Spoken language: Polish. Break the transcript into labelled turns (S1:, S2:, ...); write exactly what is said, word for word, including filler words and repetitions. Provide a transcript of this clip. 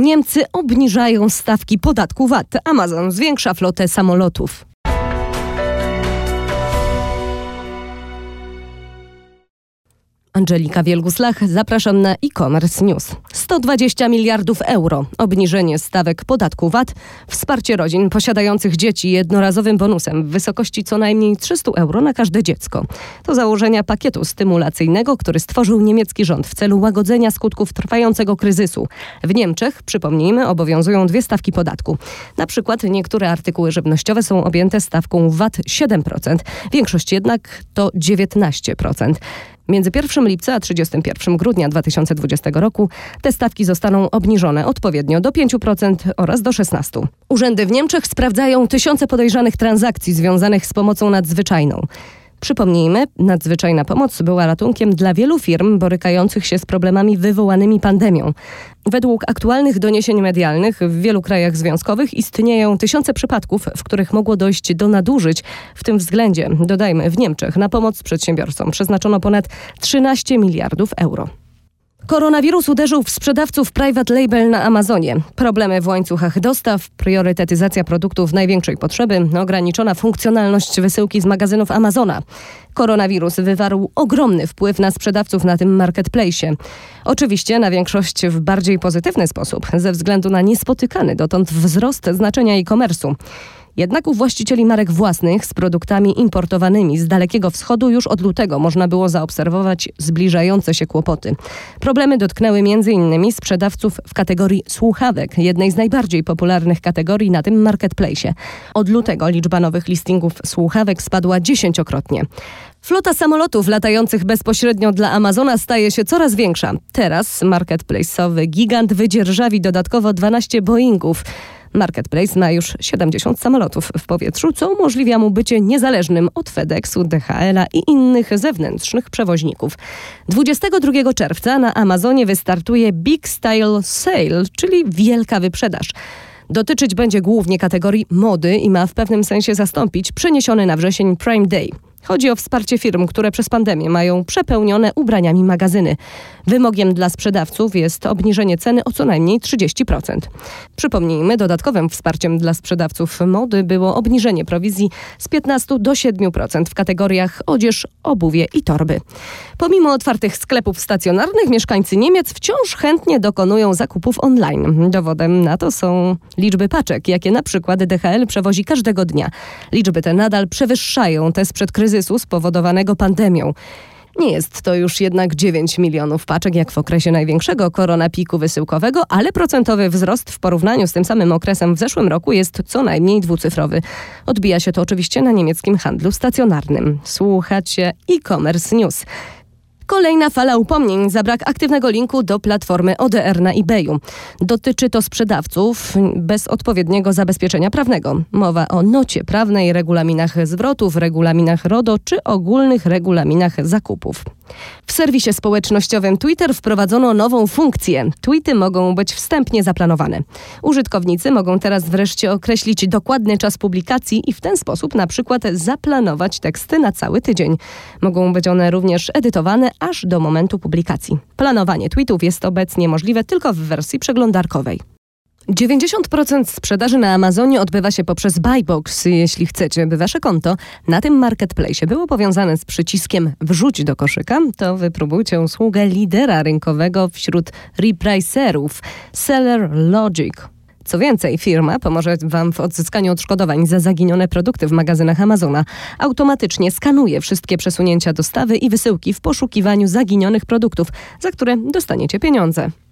S1: Niemcy obniżają stawki podatku V A T. Amazon zwiększa flotę samolotów. Angelika Wielgus-Lach, zapraszam na e-commerce news. sto dwadzieścia miliardów euro. Obniżenie stawek podatku V A T, wsparcie rodzin posiadających dzieci jednorazowym bonusem w wysokości co najmniej trzysta euro na każde dziecko. To założenia pakietu stymulacyjnego, który stworzył niemiecki rząd w celu łagodzenia skutków trwającego kryzysu. W Niemczech, przypomnijmy, obowiązują dwie stawki podatku. Na przykład niektóre artykuły żywnościowe są objęte stawką V A T siedem procent, większość jednak to dziewiętnaście procent. Między pierwszego lipca a trzydziestego pierwszego grudnia dwa tysiące dwudziestego roku te stawki zostaną obniżone odpowiednio do pięć procent oraz do szesnaście procent. Urzędy w Niemczech sprawdzają tysiące podejrzanych transakcji związanych z pomocą nadzwyczajną. Przypomnijmy, nadzwyczajna pomoc była ratunkiem dla wielu firm borykających się z problemami wywołanymi pandemią. Według aktualnych doniesień medialnych w wielu krajach związkowych istnieją tysiące przypadków, w których mogło dojść do nadużyć. W tym względzie, dodajmy, w Niemczech na pomoc przedsiębiorcom przeznaczono ponad trzynaście miliardów euro. Koronawirus uderzył w sprzedawców private label na Amazonie. Problemy w łańcuchach dostaw, priorytetyzacja produktów największej potrzeby, ograniczona funkcjonalność wysyłki z magazynów Amazona. Koronawirus wywarł ogromny wpływ na sprzedawców na tym marketplace'ie. Oczywiście na większość w bardziej pozytywny sposób, ze względu na niespotykany dotąd wzrost znaczenia e-commerce'u. Jednak u właścicieli marek własnych z produktami importowanymi z Dalekiego Wschodu już od lutego można było zaobserwować zbliżające się kłopoty. Problemy dotknęły między innymi sprzedawców w kategorii słuchawek, jednej z najbardziej popularnych kategorii na tym marketplace'ie. Od lutego liczba nowych listingów słuchawek spadła dziesięciokrotnie. Flota samolotów latających bezpośrednio dla Amazona staje się coraz większa. Teraz marketplace'owy gigant wydzierżawi dodatkowo dwanaście Boeingów. Marketplace ma już siedemdziesiąt samolotów w powietrzu, co umożliwia mu bycie niezależnym od FedExu, D H L a i innych zewnętrznych przewoźników. dwudziestego drugiego czerwca na Amazonie wystartuje Big Style Sale, czyli wielka wyprzedaż. Dotyczyć będzie głównie kategorii mody i ma w pewnym sensie zastąpić przeniesiony na wrzesień Prime Day. Chodzi o wsparcie firm, które przez pandemię mają przepełnione ubraniami magazyny. Wymogiem dla sprzedawców jest obniżenie ceny o co najmniej trzydzieści procent. Przypomnijmy, dodatkowym wsparciem dla sprzedawców mody było obniżenie prowizji z piętnastu do siedmiu procent w kategoriach odzież, obuwie i torby. Pomimo otwartych sklepów stacjonarnych, mieszkańcy Niemiec wciąż chętnie dokonują zakupów online. Dowodem na to są liczby paczek, jakie na przykład D H L przewozi każdego dnia. Liczby te nadal przewyższają te sprzed kryzysu spowodowanego pandemią. Nie jest to już jednak dziewięć milionów paczek jak w okresie największego koronapiku wysyłkowego, ale procentowy wzrost w porównaniu z tym samym okresem w zeszłym roku jest co najmniej dwucyfrowy. Odbija się to oczywiście na niemieckim handlu stacjonarnym. Słuchacie e-commerce news. Kolejna fala upomnień za brak aktywnego linku do platformy O D R na eBayu. Dotyczy to sprzedawców bez odpowiedniego zabezpieczenia prawnego. Mowa o nocie prawnej, regulaminach zwrotów, regulaminach RODO czy ogólnych regulaminach zakupów. W serwisie społecznościowym Twitter wprowadzono nową funkcję. Tweety mogą być wstępnie zaplanowane. Użytkownicy mogą teraz wreszcie określić dokładny czas publikacji i w ten sposób na przykład zaplanować teksty na cały tydzień. Mogą być one również edytowane aż do momentu publikacji. Planowanie tweetów jest obecnie możliwe tylko w wersji przeglądarkowej. dziewięćdziesiąt procent sprzedaży na Amazonie odbywa się poprzez Buybox. Jeśli chcecie, by wasze konto na tym marketplace było powiązane z przyciskiem wrzuć do koszyka, to wypróbujcie usługę lidera rynkowego wśród repricerów Seller Logic. Co więcej, firma pomoże wam w odzyskaniu odszkodowań za zaginione produkty w magazynach Amazona. Automatycznie skanuje wszystkie przesunięcia dostawy i wysyłki w poszukiwaniu zaginionych produktów, za które dostaniecie pieniądze.